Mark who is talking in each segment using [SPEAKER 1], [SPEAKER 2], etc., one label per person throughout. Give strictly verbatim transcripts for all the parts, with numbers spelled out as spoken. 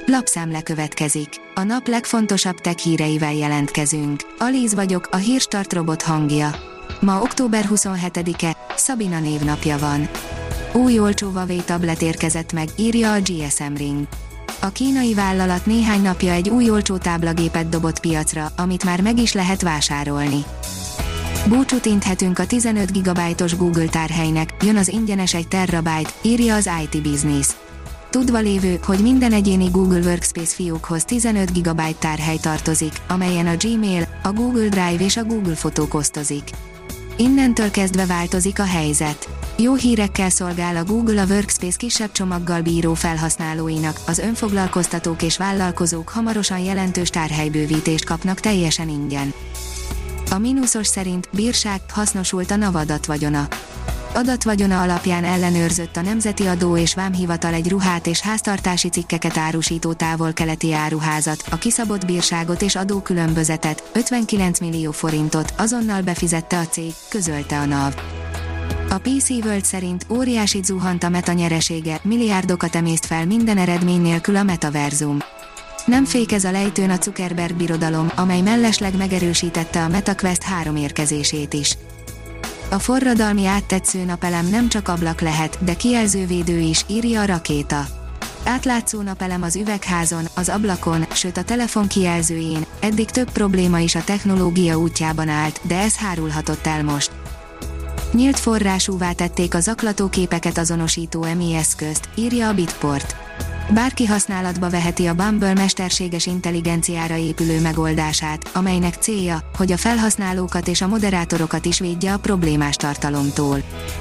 [SPEAKER 1] Lapszemle következik. A nap legfontosabb tech híreivel jelentkezünk. Alíz vagyok, a Hírstart robot hangja. Ma október huszonhetedike, Szabina névnapja van. Új olcsó Huawei tablet érkezett meg, írja a gé es em Ring. A kínai vállalat néhány napja egy új olcsó táblagépet dobott piacra, amit már meg is lehet vásárolni. Búcsút inthetünk a tizenöt gigabájtos Google tárhelynek, jön az ingyenes egy terabyte, írja az i té Business. Tudva lévő, hogy minden egyéni Google Workspace fiókhoz tizenöt gigabájt tárhely tartozik, amelyen a Gmail, a Google Drive és a Google Fotók osztozik. Innentől kezdve változik a helyzet. Jó hírekkel szolgál a Google a Workspace kisebb csomaggal bíró felhasználóinak, az önfoglalkoztatók és vállalkozók hamarosan jelentős tárhelybővítést kapnak teljesen ingyen. A mínuszos szerint bírság, hasznosult a NAV adatvagyona. Adatvagyona alapján ellenőrzött a Nemzeti Adó és Vámhivatal egy ruhát és háztartási cikkeket árusító távol-keleti áruházat, a kiszabott bírságot és adókülönbözetet, ötvenkilenc millió forintot azonnal befizette a cég, közölte a NAV. A pé cé World szerint óriásit zuhant a Meta nyeresége, milliárdokat emészt fel minden eredmény nélkül a metaverzum. Nem fékez a lejtőn a Zuckerberg birodalom, amely mellesleg megerősítette a MetaQuest három érkezését is. A forradalmi áttetsző napelem nem csak ablak lehet, de kijelzővédő is, írja a Rakéta. Átlátszó napelem az üvegházon, az ablakon, sőt a telefon kijelzőjén, eddig több probléma is a technológia útjában állt, de ez hárulhatott el most. Nyílt forrásúvá tették a zaklató képeket azonosító em i eszközt, írja a Bitport. Bárki használatba veheti a Bumble mesterséges intelligenciára épülő megoldását, amelynek célja, hogy a felhasználókat és a moderátorokat is védje a problémás tartalomtól.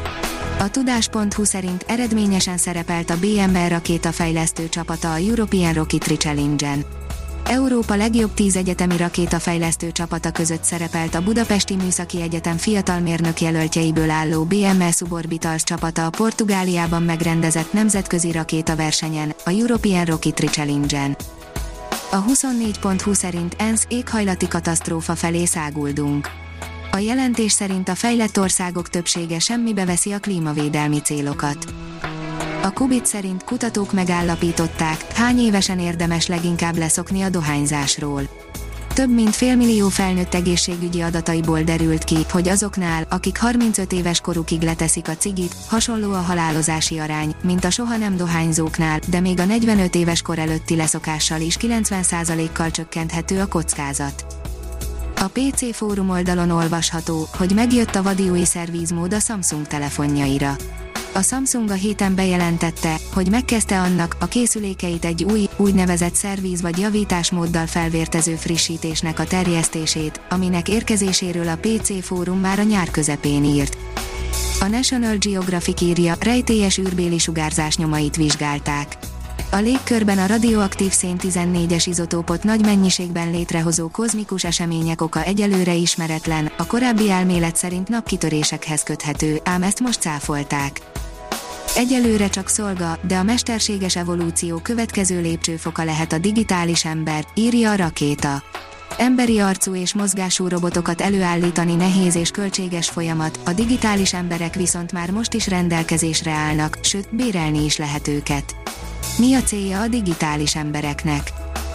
[SPEAKER 1] A tudás pont hu szerint eredményesen szerepelt a bé em e rakétafejlesztő csapata a European Rocketry Challenge-en. Európa legjobb tíz egyetemi rakétafejlesztő csapata között szerepelt a Budapesti Műszaki Egyetem fiatal mérnök jelöltjeiből álló bé em e Suborbitals csapata a Portugáliában megrendezett nemzetközi rakétaversenyen, a European Rocketry Challenge-en. A huszonnégy pont hu szerint ENSZ éghajlati katasztrófa felé száguldunk. A jelentés szerint a fejlett országok többsége semmibe veszi a klímavédelmi célokat. A Kubit szerint kutatók megállapították, hány évesen érdemes leginkább leszokni a dohányzásról. Több mint félmillió felnőtt egészségügyi adataiból derült ki, hogy azoknál, akik harmincöt éves korukig leteszik a cigit, hasonló a halálozási arány, mint a soha nem dohányzóknál, de még a negyvenöt éves kor előtti leszokással is kilencven százalékkal csökkenthető a kockázat. A pé cé fórum oldalon olvasható, hogy megjött a vadi új szervízmód a Samsung telefonjaira. A Samsung a héten bejelentette, hogy megkezdte annak a készülékeit egy új, úgynevezett szervíz vagy javításmóddal felvértező frissítésnek a terjesztését, aminek érkezéséről a pé cé fórum már a nyár közepén írt. A National Geographic írja, rejtélyes űrbéli sugárzás nyomait vizsgálták. A légkörben a radioaktív szén tizennégyes izotópot nagy mennyiségben létrehozó kozmikus események oka egyelőre ismeretlen, a korábbi elmélet szerint napkitörésekhez köthető, ám ezt most cáfolták. Egyelőre csak szolga, de a mesterséges evolúció következő lépcsőfoka lehet a digitális ember, írja a Rakéta. Emberi arcú és mozgású robotokat előállítani nehéz és költséges folyamat, a digitális emberek viszont már most is rendelkezésre állnak, sőt, bérelni is lehet őket. Mi a célja a digitális embereknek?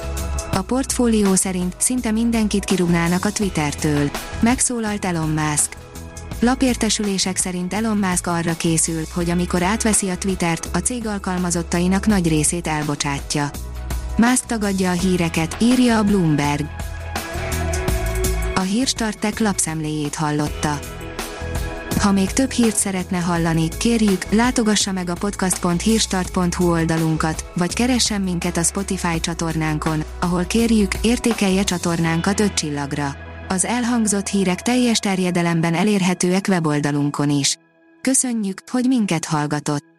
[SPEAKER 1] A portfólió szerint szinte mindenkit kirúgnának a Twittertől. Megszólalt Elon Musk. Lapértesülések szerint Elon Musk arra készül, hogy amikor átveszi a Twittert, a cég alkalmazottainak nagy részét elbocsátja. Musk tagadja a híreket, írja a Bloomberg. A Hírstart Tech lapszemléjét hallotta. Ha még több hírt szeretne hallani, kérjük, látogassa meg a podcast pont hírstart pont hu oldalunkat, vagy keressen minket a Spotify csatornánkon, ahol kérjük, értékelje csatornánkat öt csillagra. Az elhangzott hírek teljes terjedelemben elérhetőek weboldalunkon is. Köszönjük, hogy minket hallgatott!